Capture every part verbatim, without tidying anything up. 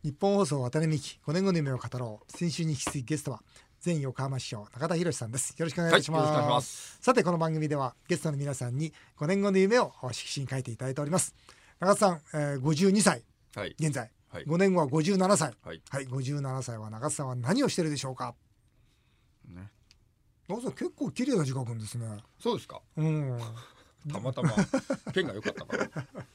日本放送渡辺美希ごねんごの夢を語ろう。先週に引き続きゲストは前横浜市長中田博さんです。よろしくお願いします。 はい、よろしくお願いします。 さてこの番組ではゲストの皆さんにごねんごの夢を色紙に書いていただいております。中田さん、えー、ごじゅうにさい、 はい、 現在、 はい、 ごねんごはごじゅうななさい、 はいはい、ごじゅうななさいは中田さんは何をしてるでしょうか、ね、中田さん結構綺麗な字書くんですね。 そうですか、 うん、 たまたまペンが良かったから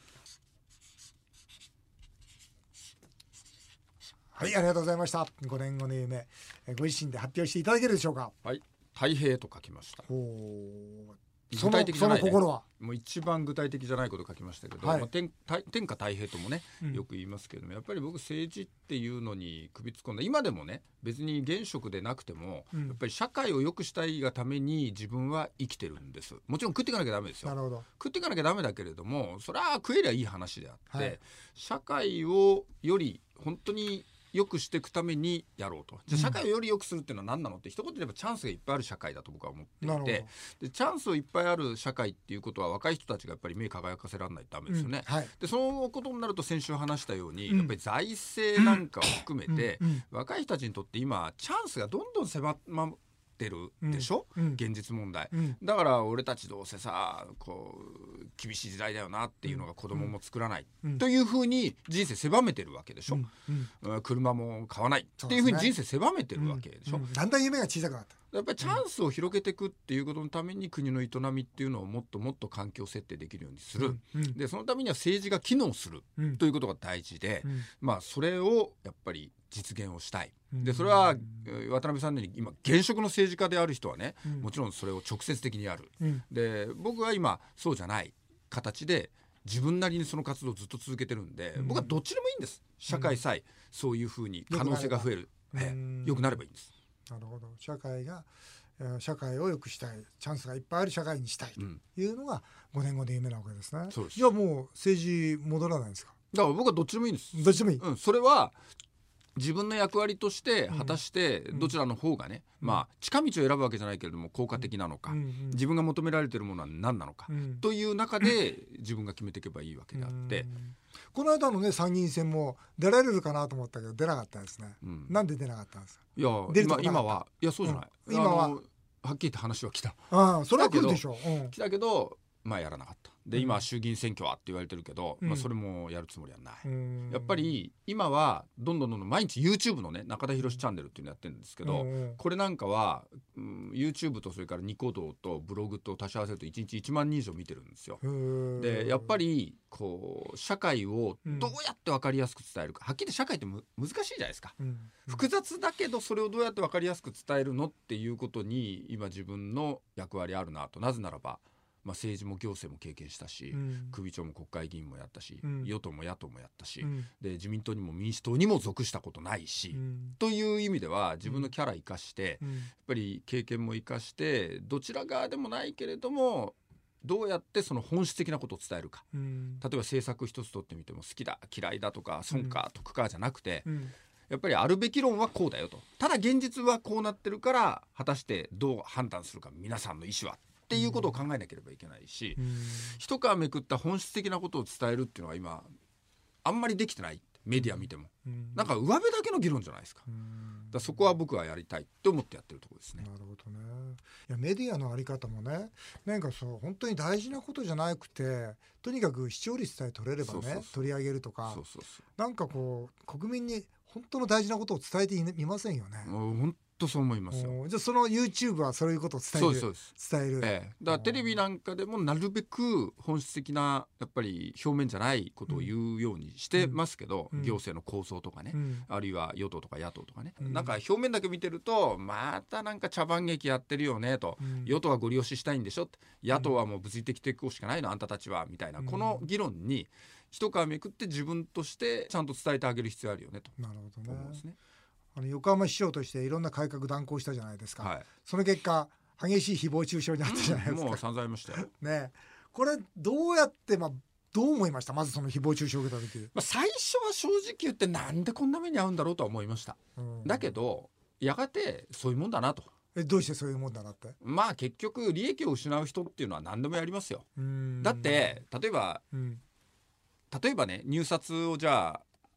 はい、ありがとうございました。ごねんごの夢、ご自身で発表していただけるでしょうか。 はい、太平と書きました。 お具体的じゃない、ね、 その心はもう一番具体的じゃないこと書きましたけど、 はい、 まあ、天, 天下太平ともね、 うん、 よく言いますけども、やっぱり僕政治っていうのに首突っ込んだ。今でもね、別に現職でなくても、うん、やっぱり社会を良くしたいがために自分は生きてるんです。もちろん食っていかなきゃダメですよ。 なるほど。 食っていかなきゃダメだけれども、それは食えりゃいい話であって、はい、社会をより本当に良くしていくためにやろうと。じゃあ社会をより良くするっていうのは何なのって、一言で言えばチャンスがいっぱいある社会だと僕は思っていて、でチャンスをいっぱいある社会っていうことは若い人たちがやっぱり目輝かせられないとダメですよね、うん、はい、でそのことになると先週話したように、うん、やっぱり財政なんかを含めて、うんうん、若い人たちにとって今チャンスがどんどん狭まってるでしょ、うん、現実問題、うん、だから俺たちどうせさこう厳しい時代だよなっていうのが子供も作らない、うん、というふうに人生狭めてるわけでしょ、うんうん、車も買わないっていうふうに人生狭めてるわけでしょ、うんうん、 だんだん夢が小さくなった。 やっぱりチャンスを広げていくっていうことのために国の営みっていうのをもっともっと環境設定できるようにする、うんうん、でそのためには政治が機能する、うん、ということが大事で、うん、まあそれをやっぱり実現をしたい。でそれは渡辺さんのように今現職の政治家である人はね、うん、もちろんそれを直接的にやる、うん、で僕は今そうじゃない形で自分なりにその活動をずっと続けてるんで、うん、僕はどっちでもいいんです。社会さえそういうふうに可能性が増える、良くなればいいんです。 なるほど。社会が社会を良くしたい、チャンスがいっぱいある社会にしたいというのがごねんごで夢なわけですね、うん、そうです。じゃあもう政治戻らないんですか。 だから僕はどっちでもいいんです。 どっちでもいい、 うん、それは自分の役割として果たしてどちらの方がね、うん、まあ近道を選ぶわけじゃないけれども効果的なのか、うんうん、自分が求められているものは何なのか、うん、という中で自分が決めていけばいいわけであって、うん、 この間のね参議院選も出られるかなと思ったけど出なかったですね、うん、なんで出なかったんですか。 いや今, 今はいやそうじゃない、うん、今ははっきり言って話は来た。 ああそれは来るでしょう、 うん、来たけどまあやらなかった。で今衆議院選挙はって言われてるけど、うんまあ、それもやるつもりはない、うん、やっぱり今はどんどんどんどん毎日 YouTube のね中田博チャンネルっていうのやってるんですけど、うん、これなんかは、うん、YouTube とそれからニコ動とブログと足し合わせるといちにちいちまんにん以上見てるんですよ。でやっぱりこう社会をどうやって分かりやすく伝えるか、はっきり言って社会ってむ難しいじゃないですか、うん、複雑だけどそれをどうやって分かりやすく伝えるのっていうことに今自分の役割あるなと。なぜならばまあ、政治も行政も経験したし、うん、首長も国会議員もやったし、うん、与党も野党もやったし、うん、で自民党にも民主党にも属したことないし、うん、という意味では自分のキャラ生かして、うん、やっぱり経験も生かしてどちら側でもないけれどもどうやってその本質的なことを伝えるか、うん、例えば政策一つ取ってみても好きだ嫌いだとか損か得かじゃなくて、うんやっぱりあるべき論はこうだよと。ただ現実はこうなってるから果たしてどう判断するか皆さんの意思はっていうことを考えなければいけないし、うん、一皮めくった本質的なことを伝えるっていうのは今あんまりできてない。メディア見ても、うん、なんか上辺だけの議論じゃないですか。うん、だからそこは僕はやりたいと思ってやってるところですね。 なるほどね。いやメディアのあり方もねなんかそう本当に大事なことじゃなくてとにかく視聴率さえ取れればねそうそうそう取り上げるとかそうそうそうなんかこう国民に本当の大事なことを伝えていませんよね。 本当そう思いますよ。 じゃあその YouTube はそういうことを伝える。そうです伝える、 ええ、だからテレビなんかでもなるべく本質的なやっぱり表面じゃないことを言うようにしてますけど、うん、行政の構想とかね、うん、あるいは与党とか野党とかね、うん、なんか表面だけ見てるとまたなんか茶番劇やってるよねと、うん、与党はご利用ししたいんでしょ、野党はもう物理的抵抗しかないのあんたたちはみたいな、うん、この議論に一皮めくって自分としてちゃんと伝えてあげる必要あるよねと。 なるほどね。思うんですね。あの横浜市長としていろんな改革断行したじゃないですか、はい、その結果激しい誹謗中傷にあったじゃないですか、 うん、もう散々ありましたよ、 ね、これどうやって、まあ、どう思いました。まずその誹謗中傷を受けた時、 まあ、最初は正直言ってなんでこんな目に遭うんだろうとは思いました、うん、だけどやがてそういうもんだなと。 えどうしてそういうもんだなって。 まあ結局利益を失う人っていうのは何でもやりますよ。だって例えば、うん、例えばね入札をじゃあ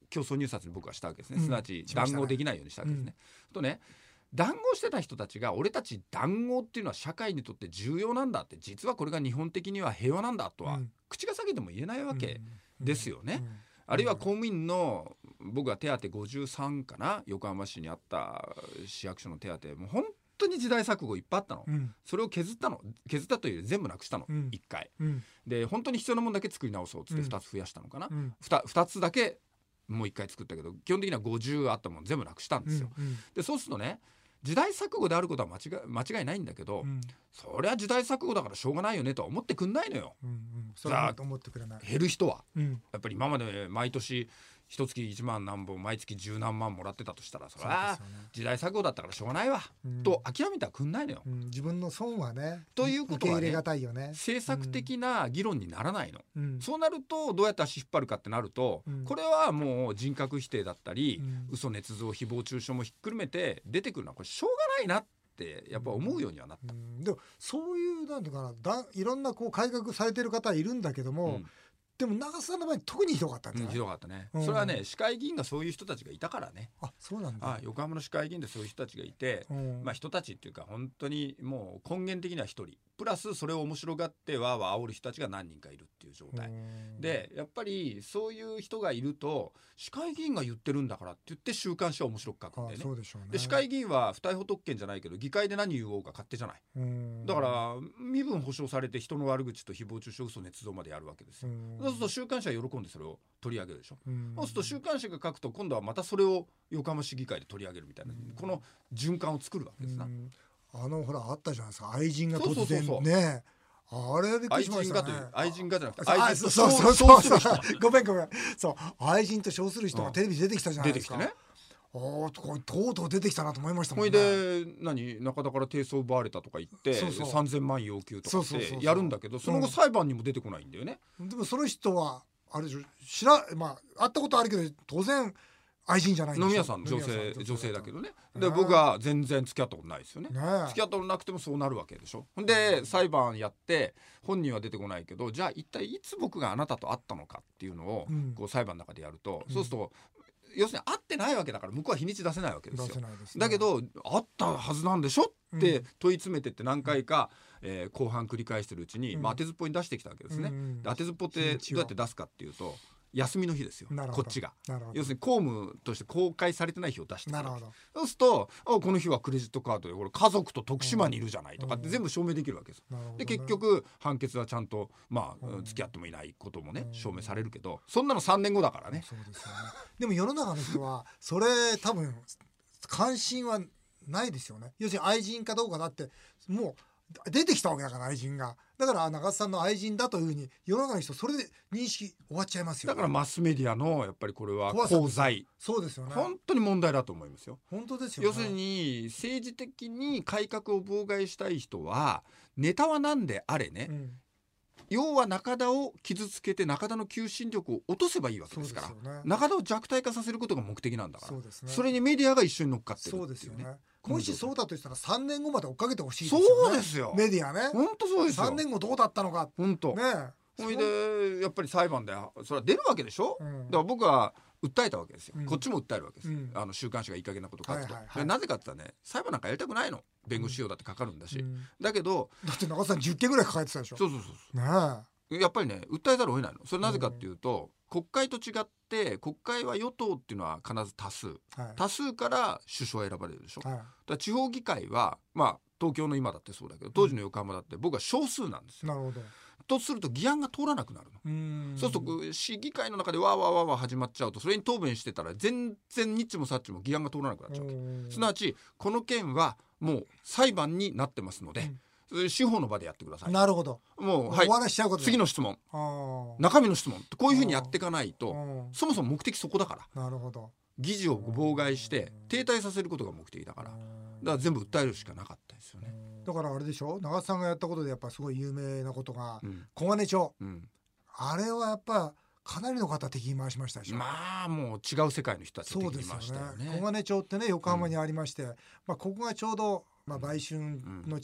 競争入札に僕はしたわけですね、 うん、 すなわち談合できないようにしたわけですね、うん、とね談合してた人たちが俺たち談合っていうのは社会にとって重要なんだって、実はこれが日本的には平和なんだとは、うん、口が裂けても言えないわけですよね、うんうんうん、あるいは公務員の僕は手当ごじゅうさんかな、横浜市にあった市役所の手当もう本当に時代錯誤いっぱいあったの、うん、それを削ったの削ったというより全部なくしたの、うん、いっかい、うん、で本当に必要なものだけ作り直そうっつってふたつ増やしたのかな、うん、2, 2つだけもういっかい作ったけど基本的にはごじゅうあったもの全部なくしたんですよ、うんうん、でそうするとね時代錯誤であることは間違い、間違いないんだけど、うん、そりゃ時代錯誤だからしょうがないよねとは思ってくんないのよ、うんうん、 それは思ってくれない。 減る人は、うん、やっぱり今まで毎年一月いちまん何本毎月十何万もらってたとしたらそれは時代錯誤だったからしょうがないわ、うん、と諦めてはくんないのよ、 うん、自分の損はねということは、ね、 受け入れがたいよね、 政策的な議論にならないの、うん、そうなるとどうやって足引っ張るかってなると、うん、これはもう人格否定だったり、うん、嘘捏造誹謗中傷もひっくるめて出てくるのはこれしょうがないなってやっぱ思うようにはなった、うん、 でもそういうなんていうかなだいろんなこう改革されてる方いるんだけども、うんでも長瀬さんの場合特にひどかったんじゃない、うん、 ひどかったね、うん、それはね市会議員がそういう人たちがいたからね。 あ、そうなんだ。 あ横浜の市会議員でそういう人たちがいて、うん、まあ人たちっていうか本当にもう根源的には一人プラスそれを面白がってわーわー煽る人たちが何人かいるっていう状態で、やっぱりそういう人がいると市会議員が言ってるんだからって言って週刊誌は面白く書くんでね。 あそうでしょうね。 で市会議員は不逮捕特権じゃないけど議会で何言おうか勝手じゃない。だから身分保障されて人の悪口と誹謗中傷嘘捏造までやるわけですよ。そうすると週刊誌は喜んでそれを取り上げるでしょ。そうすると週刊誌が書くと今度はまたそれを横浜市議会で取り上げるみたいなこの循環を作るわけですな。 あのほらあったじゃないですか愛人が突然ねそうそうそうそうあれびっくりしましたね。 愛人がという愛人がじゃなくて愛人とそうそうそうそうごめんごめんそう愛人と称する人がテレビ出てきたじゃないですか、うん、出てきてねおととうとう出てきたなと思いましたもんね。 ほいで何中田から提訴奪われたとか言ってそうそうさんぜんまん要求とかってやるんだけどその後裁判にも出てこないんだよね、 うん、でもその人はあれでしょ知らまあ会ったことあるけど当然愛人じゃないんですよ。 飲み屋さん女性女性だけどね。で僕は全然付き合ったことないですよね。ね付き合ったことなくてもそうなるわけでしょ。で裁判やって本人は出てこないけどじゃあ一体いつ僕があなたと会ったのかっていうのをこう裁判の中でやると、うん、そうすると要するに会ってないわけだから向こうは日にち出せないわけですよ。出せないですね。だけど会ったはずなんでしょって問い詰めてって何回か、うんえー、後半繰り返してるうちに、うんまあ、当てずっぽに出してきたわけですね、うん、で当てずっぽってどうやって出すかっていうと休みの日ですよこっちが要するに公務として公開されてない日を出してくる。そうするとあこの日はクレジットカードで俺家族と徳島にいるじゃないとかって全部証明できるわけです、うん、で結局判決はちゃんとまあ、うん、付き合ってもいないこともね、うん、証明されるけどそんなのさんねんごだからね。 そうですよね。でも世の中の人はそれ多分関心はないですよね。要するに愛人かどうかだってもう出てきたわけだから愛人がだから中津さんの愛人だというふうに世の中の人それで認識終わっちゃいますよ、ね、 だからマスメディアのやっぱりこれは功罪そうですよね本当に問題だと思いますよ。 本当ですよね。 要するに政治的に改革を妨害したい人はネタは何であれね、うん、要は中田を傷つけて中田の求心力を落とせばいいわけですから、ね、中田を弱体化させることが目的なんだから そうです、ね、それにメディアが一緒に乗っかってるっていうね。そうですよね。 もしそうだとしたらさんねんごまで追っかけてほしいですよね。 そうですよメディアね。 本当そうですよ。 さんねんごどうだったのか本当ね。それでやっぱり裁判でそれは出るわけでしょ、うん、だから僕は訴えたわけですよ、うん、こっちも訴えるわけです、うん、あの週刊誌がいい加減なこと書くと、はいはいはい、なぜかって言ったらね裁判なんかやりたくないの弁護士費用だってかかるんだし、うん、だけどだって中田さんじゅっけんぐらい抱えてたでしょ。 そうそうそうそうねえやっぱりね訴えざるを得ないの。それなぜかっていうと、うん、国会と違って国会は与党っていうのは必ず多数、はい、多数から首相選ばれるでしょ、はい、だから地方議会はまあ東京の今だってそうだけど当時の横浜だって僕は少数なんですよ、うん、なるほど。とすると議案が通らなくなるの。うーんそうすると市議会の中でわーわーわーわー始まっちゃうとそれに答弁してたら全然ニッチもサッチも議案が通らなくなっちゃうわけ。すなわちこの件はもう裁判になってますので、うん、司法の場でやってください。 なるほど。 もう、 はい、お話しちゃうこと次の質問中身の質問こういうふうにやっていかないとそもそも目的そこだから。 なるほど。 議事を妨害して停滞させることが目的だからだから全部訴えるしかなかったですよね。 だからあれでしょ長津さんがやったことでやっぱすごい有名なことが、うん、小金町、うん、あれはやっぱかなりの方敵に回しましたでしょ。 まあもう違う世界の人たち敵に回したよね。 小金町ってね横浜にありまして、うんまあ、ここがちょうど、まあ、売春の地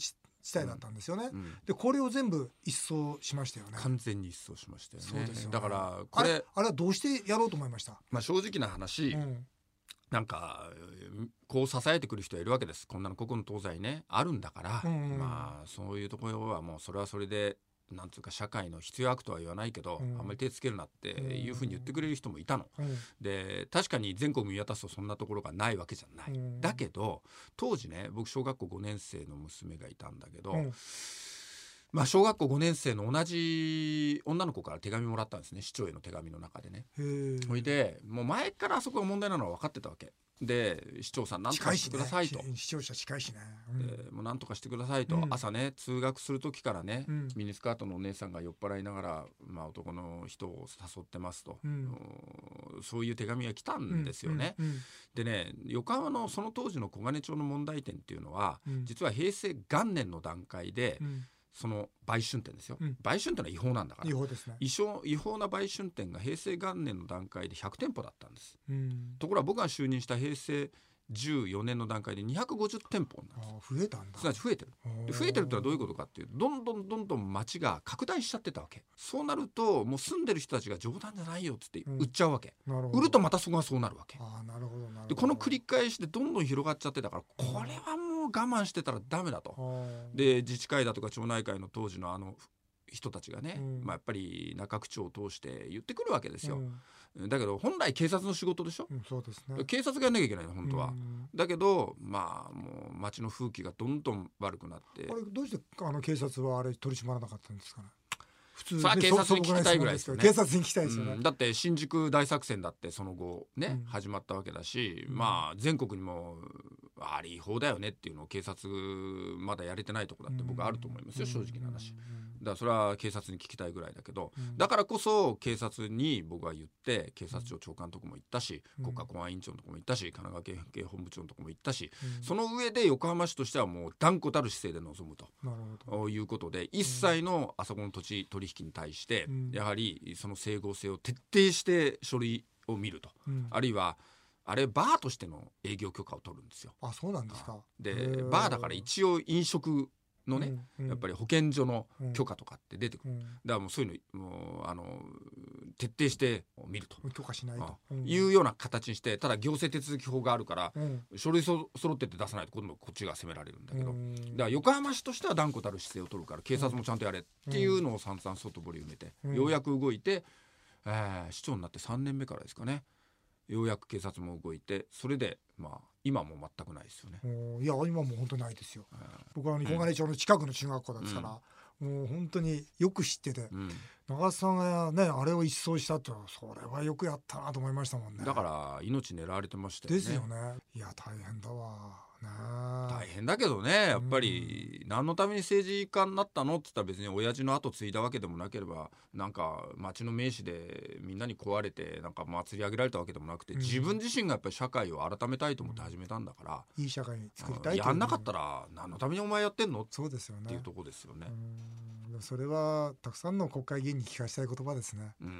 地帯だったんですよね、 うん、 でこれを全部一掃しましたよね。 完全に一掃しましたよね。 そうですよね。 だからこれあれ、あれはどうしてやろうと思いました？ まあ、正直な話、うん、なんかこう支えてくる人はいるわけです。こんなの古今東西ねあるんだから、うんうん、まあそういうところはもうそれはそれでなんつうか社会の必要悪とは言わないけど、うん、あんまり手つけるなっていうふうに言ってくれる人もいたの、うん、で確かに全国見渡すとそんなところがないわけじゃない、うん、だけど当時ね僕小学校ごねん生の娘がいたんだけど、うん、まあ、小学校ごねん生の同じ女の子から手紙もらったんですね、市長への手紙の中でね。それでもう前からあそこが問題なのは分かってたわけで、市長さん何とかしてくださいと、 ね、市庁舎近いしね、 うん、でもう何とかしてくださいと、うん、朝ね通学する時からね、うん、ミニスカートのお姉さんが酔っ払いながら、まあ、男の人を誘ってますと、うん、そういう手紙が来たんですよね、うんうんうん、でね横浜のその当時の小金町の問題点っていうのは、うん、実は平成元年の段階で、うんその売春店ですよ、うん、売春店は違法なんだから違法ですね。 違法、違法な売春店が平成元年の段階でひゃくてんぽだったんです、うん、ところが僕が就任した平成じゅうよねんの段階でにひゃくごじゅってんぽなんです。 あ、増えたんだ。 すなわち増えてる。で増えてるってのはどういうことかっていうと、どんどんどんどん街が拡大しちゃってたわけ。そうなるともう住んでる人たちが冗談じゃないよっつって売っちゃうわけ、うん、売るとまたそこがそうなるわけ。 あ、なるほどなるほど。 でこの繰り返しでどんどん広がっちゃってたから、これはもう我慢してたらダメだと。で自治会だとか町内会の当時のあの人たちがね、うんまあ、やっぱり中区長を通して言ってくるわけですよ、うん、だけど本来警察の仕事でしょ、うん、そうですね、警察がやんなきゃいけないの本当は、うん、だけどまあもう街の風紀がどんどん悪くなって。 あれどうしてあの警察はあれ取り締まらなかったんですかね。 普通、ね、さあ警察に聞きたいぐらいですよね。 警察に聞きたいですよね、 うん、だって新宿大作戦だってその後ね、うん、始まったわけだし、うん、まあ全国にもあれ違法だよねっていうのを警察まだやれてないとこだって僕はあると思いますよ、正直な話。だからそれは警察に聞きたいぐらいだけど、うん、だからこそ警察に僕は言って警察庁長官のとこも行ったし、うん、国家公安委員長のとこも行ったし、神奈川県警本部長のとこも行ったし、うん、その上で横浜市としてはもう断固たる姿勢で臨むということで、一切のあそこの土地取引に対して、うん、やはりその整合性を徹底して書類を見ると、うん、あるいはあれバーとしての営業許可を取るんですよ。 あ、そうなんですか。 でバーだから一応飲食のね、うんうん、やっぱり保健所の許可とかって出てくる、うん、だからもうそういうのもうあの徹底して見ると許可しないと、 うん、いうような形にして、ただ行政手続き法があるから、うん、書類そ揃ってって出さないと今度こっちが責められるんだけど、うん、だから横浜市としては断固たる姿勢を取るから警察もちゃんとやれっていうのを散々外堀埋めて、うん、ようやく動いて、えー、市長になってさんねんめからですかね、ようやく警察も動いて、それでまあ今も全くないですよね。 いや今も本当ないですよ、えー、僕は小金町の近くの中学校ですから、うん、もう本当によく知ってて、うん、長津さんがねあれを一掃したってそれはよくやったなと思いましたもんね。 だから命狙われてましたよね。 ですよね。いや大変だわね。 大変だけどね、やっぱり何のために政治家になったのって言ったら別に親父の後継いだわけでもなければ、なんか町の名士でみんなに壊れてなんか祭り上げられたわけでもなくて、自分自身がやっぱり社会を改めたいと思って始めたんだから、 いい社会に作りたいと。 やんなかったら何のためにお前やってんのそうですよねっていうところですよね。 うん、それはたくさんの国会議員に聞かせたい言葉ですね。 うん、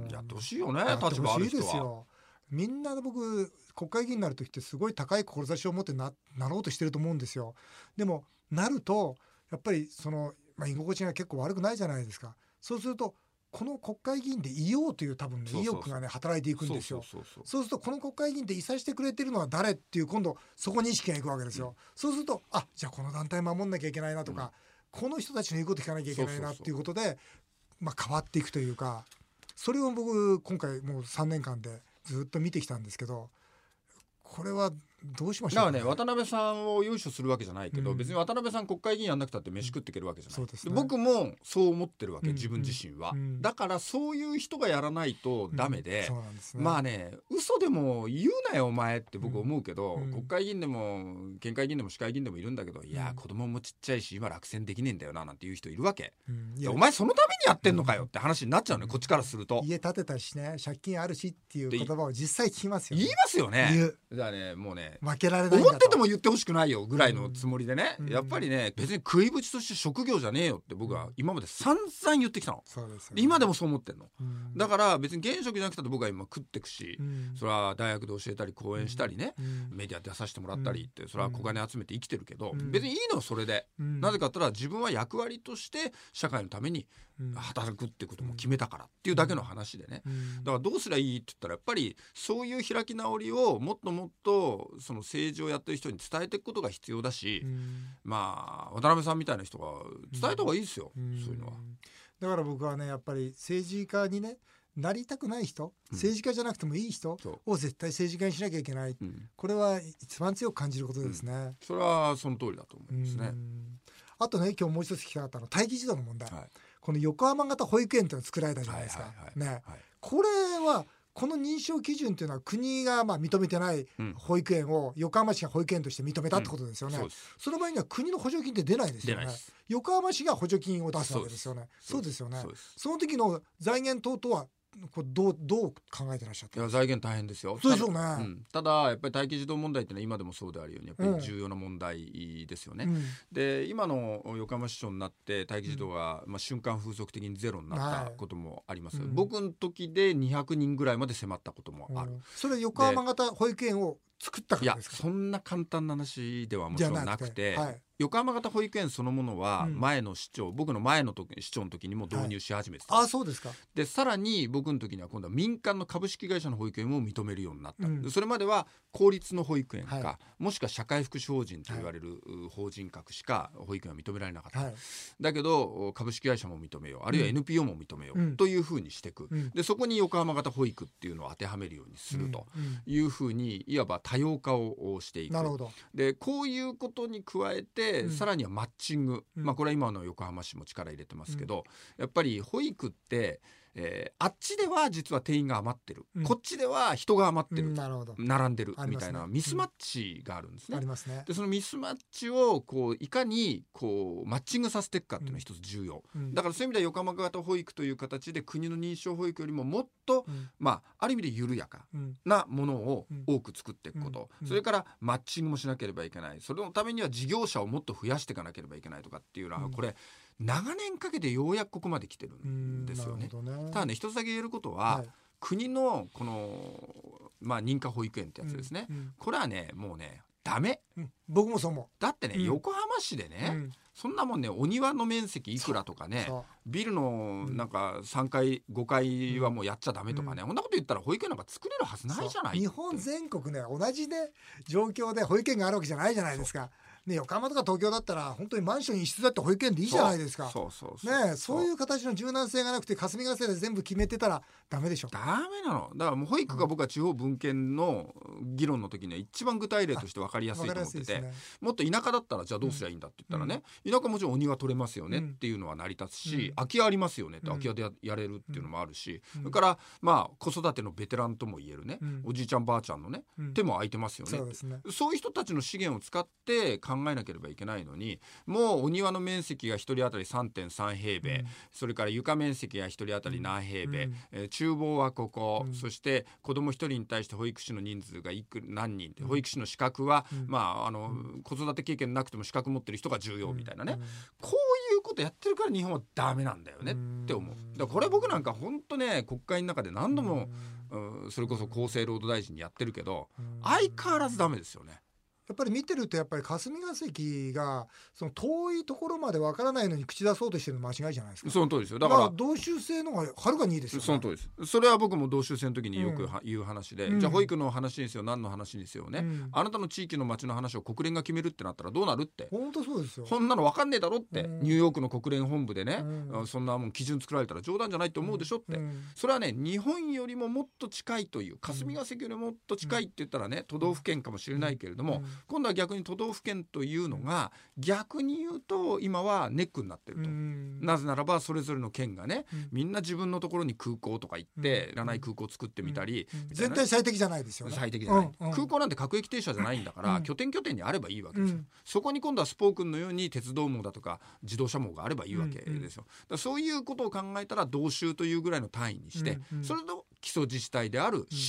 やってほしいよね、立場ある人は。 みんな僕国会議員になる時ってすごい高い志を持って な, なろうとしてると思うんですよ。でもなるとやっぱりその、まあ、居心地が結構悪くないじゃないですか。そうするとこの国会議員でいようという多分、ね、意欲がね働いていくんですよ。そうするとこの国会議員でいさしてくれてるのは誰っていう今度そこに意識がいくわけですよ、うん、そうするとあじゃあこの団体守んなきゃいけないなとか、うん、この人たちの言うこと聞かなきゃいけないなっていうことでまあ、変わっていくというか、それを僕今回もうさんねんかんでずっと見てきたんですけど、これはどうしましょうかね。 だからね、渡辺さんを優勝するわけじゃないけど、うん、別に渡辺さん国会議員やんなくたって飯食っていけるわけじゃない、うん、そうですね、僕もそう思ってるわけ、うん、自分自身は、うん、だからそういう人がやらないとダメで、うん、そうなんですね、まあね嘘でも言うなよお前って僕思うけど、うん、国会議員でも県会議員でも市会議員でもいるんだけど、うん、いや子供もちっちゃいし今落選できねえんだよななんていう人いるわけ、うん、いやお前そのためにやってんのかよって話になっちゃうね、うん、こっちからすると。 家建てたしね借金あるしっていう言葉を実際聞きますよね。 言いますよね。だからねもうねね負けられないんだと思ってても言ってほしくないよぐらいのつもりでね、 うん、 やっぱりね別に食いぶちとして職業じゃねえよって僕は今まで散々言ってきたの。 そうですよね、 今でもそう思ってんの、 うん、 だから別に現職じゃなくて僕は今食ってくし、 うん、 それは大学で教えたり講演したりね、 うん、 メディア出させてもらったりって、それは小金集めて生きてるけど、 うん、 別にいいのそれで、 うん、 なぜかって言ったら自分は役割として社会のために働くってことも決めたからっていうだけの話でね、うん、だからどうすりゃいいって言ったらやっぱりそういう開き直りをもっともっとその政治をやってる人に伝えていくことが必要だし、うん、まあ渡辺さんみたいな人が伝えた方がいいですよ、うん、そういうのは。 だから僕はねやっぱり政治家にねなりたくない人、政治家じゃなくてもいい人を絶対政治家にしなきゃいけない、うん、これは一番強く感じることですね、うん、 それはその通りだと思いますね。 あとね今日もう一つ聞きたかったの待機児童の問題、はい、この横浜型保育園っていうのが作られたじゃないですか、はいはいはい、ね、はい、これはこの認証基準というのは国がまあ認めてない保育園を横浜市が保育園として認めたってことですよね、うん、 そ, その場合には国の補助金って出ないですよね。横浜市が補助金を出すわけですよね。そうですよね。 そ, その時の財源等々はこれどう、どう考えてらっしゃって。 いや財源大変ですよ。 そうでしょうね、 ただ、うん、ただやっぱり待機児童問題っていうのは今でもそうであるようにやっぱり重要な問題ですよね、うん、で今の横浜市長になって待機児童が、うんまあ、瞬間風速的にゼロになったこともあります、はい、僕の時でにひゃくにんぐらいまで迫ったこともある、うん、 それ横浜型保育園を作ったからですか。 いやそんな簡単な話ではもちろんなくて、はい、横浜型保育園そのものは前の市長、うん、僕の前の時市長の時にも導入し始めてた、 はい、あそうですか。 でさらに僕の時には今度は民間の株式会社の保育園を認めるようになった、うん、それまでは公立の保育園か、はい、もしくは社会福祉法人と言われる法人格しか保育園は認められなかった、はい、だけど株式会社も認めようあるいは エヌピーオー も認めよう、うん、というふうにしていく、うん、でそこに横浜型保育っていうのを当てはめるようにするというふうにいわば多様化をしていく。 なるほど。 でこういうことに加えて、うん、さらにはマッチング、うんまあ、これは今の横浜市も力入れてますけど、うん、やっぱり保育ってえー、あっちでは実は定員が余ってる、うん、こっちでは人が余ってる、 うん、なるほど並んでるみたいなミスマッチがあるんですね、 うん、ありますね。 でそのミスマッチをこういかにこうマッチングさせていくかっていうのが一つ重要、うん、だからそういう意味では横浜型保育という形で国の認証保育よりももっと、うんまあ、ある意味で緩やかなものを多く作っていくこと、うん、それからマッチングもしなければいけない、それのためには事業者をもっと増やしていかなければいけないとかっていうのは、うん、これ長年かけてようやくここまで来てるんですよね。ねただね一つだけ言えることは、はい、国のこの、まあ、認可保育園ってやつですね、うんうん、これはねもうねダメ、 うん、僕もそう思う。 だってね、うん、横浜市でね、うん、そんなもんねお庭の面積いくらとかねビルのなんかさんがいごかいはもうやっちゃダメとかね、うん、こんなこと言ったら保育園なんか作れるはずないじゃない。 日本全国ね同じね状況で保育園があるわけじゃないじゃないですか。ね、横浜とか東京だったら本当にマンション一室だって保育園でいいじゃないですか。 そうそうそうね、そういう形の柔軟性がなくて霞が関で全部決めてたらダメでしょ。 ダメなの。だからもう保育が僕は地方分権の議論の時には一番具体例として分かりやすいと思ってて、ね、もっと田舎だったらじゃあどうすりゃいいんだって言ったらね、うん、田舎もちろんお庭取れますよねっていうのは成り立つし、うん、空き家ありますよねって空き家で や, やれるっていうのもあるし、うん、それからまあ子育てのベテランとも言えるね、うん、おじいちゃんばあちゃんのね、うん、手も空いてますよね、 そうですね。そういう人たちの資源を使って考えなければいけないのに、もうお庭の面積がひとり当たり さんてんさん 平米、うん、それから床面積がひとり当たり何平米、うんえー、厨房はここ、うん、そして子どもひとりに対して保育士の人数がいく何人、うん、保育士の資格は、うんまあ、あのうん、子育て経験なくても資格持ってる人が重要みたいなね、うん、こういうことやってるから日本はダメなんだよねって思う。だからこれ僕なんか本当ね国会の中で何度も、うん、それこそ厚生労働大臣にやってるけど、相変わらずダメですよね。 やっぱり見てるとやっぱり霞が関がその遠いところまでわからないのに口出そうとしてるの間違いじゃないですか。 その通りですよ。だから同州制の方がはるかにいいですよね。 その通りです。それは僕も同州制の時によく言う話で、うん、じゃあ保育の話にせよ何の話にせよね、うん、あなたの地域の町の話を国連が決めるってなったらどうなるって。 本当そうですよ。 そんなの分かんねえだろって、うん、ニューヨークの国連本部でね、うん、そんなもん基準作られたら冗談じゃないと思うでしょって、うん、それはね日本よりももっと近いという、霞が関よりももっと近いって言ったらね都道府県かもしれないけれども、うん、今度は逆に都道府県というのが逆に言うと今はネックになってると。なぜならばそれぞれの県がね、みんな自分のところに空港とか行っていらない空港を作ってみたり、 絶対最適じゃないですよね。 最適じゃない、うんうん、空港なんて各駅停車じゃないんだから、うん、拠点拠点にあればいいわけですよ、うん、そこに今度はスポークンのように鉄道網だとか自動車網があればいいわけですよ。だからそういうことを考えたら道州というぐらいの単位にして、うんうん、それと基礎自治体である市、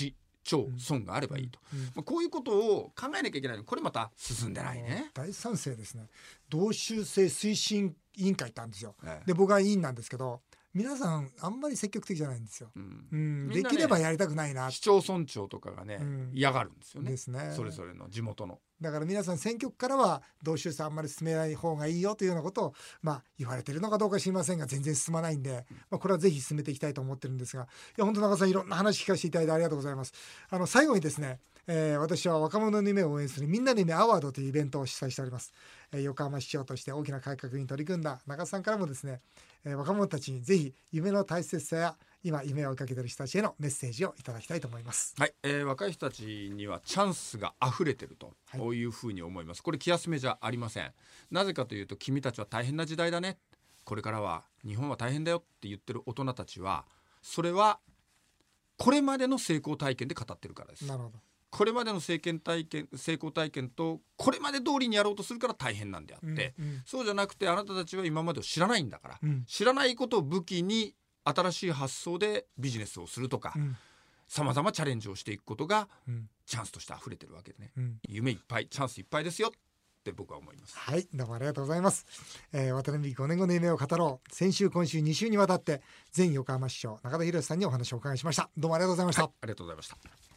町村があればいいと、うんうんまあ、こういうことを考えなきゃいけないのにこれまた進んでないね。 大賛成ですね。同州制推進委員会ってあるんですよ、ええ、で僕は委員なんですけど皆さんあんまり積極的じゃないんですよ、うんうん、できればやりたくないな。 市町村長とかがね、うん、嫌がるんですよね。 ですね。 それぞれの地元の。 だから皆さん選挙区からは同州制あんまり進めない方がいいよというようなことを、まあ、言われてるのかどうか知りませんが全然進まないんで、まあ、これはぜひ進めていきたいと思ってるんですが、いや本当中田さんいろんな話聞かせていただいてありがとうございます。あの最後にですね、えー、私は若者の夢を応援するみんなの夢アワードというイベントを主催しております、えー、横浜市長として大きな改革に取り組んだ中田さんからもですね、えー、若者たちにぜひ夢の大切さや今夢を追いかけている人たちへのメッセージをいただきたいと思います。 はい、えー、若い人たちにはチャンスが溢れてると、はい、こういうふうに思います。これ気休めじゃありません。なぜかというと君たちは大変な時代だね、これからは日本は大変だよって言ってる大人たちはそれはこれまでの成功体験で語ってるからです。 なるほど。 これまでの成験体験成功体験とこれまで通りにやろうとするから大変なんであって、うんうん、そうじゃなくてあなたたちは今までを知らないんだから、うん、知らないことを武器に新しい発想でビジネスをするとかさまざまチャレンジをしていくことがチャンスとして溢れてるわけでね、うん、夢いっぱいチャンスいっぱいですよって僕は思います。 はい、どうもありがとうございます、えー、渡辺美ごねんごの夢を語ろう。先週今週に週にわたって前横浜市長中田宏さんにお話をお伺いしました。どうもありがとうございました。 はい、ありがとうございました。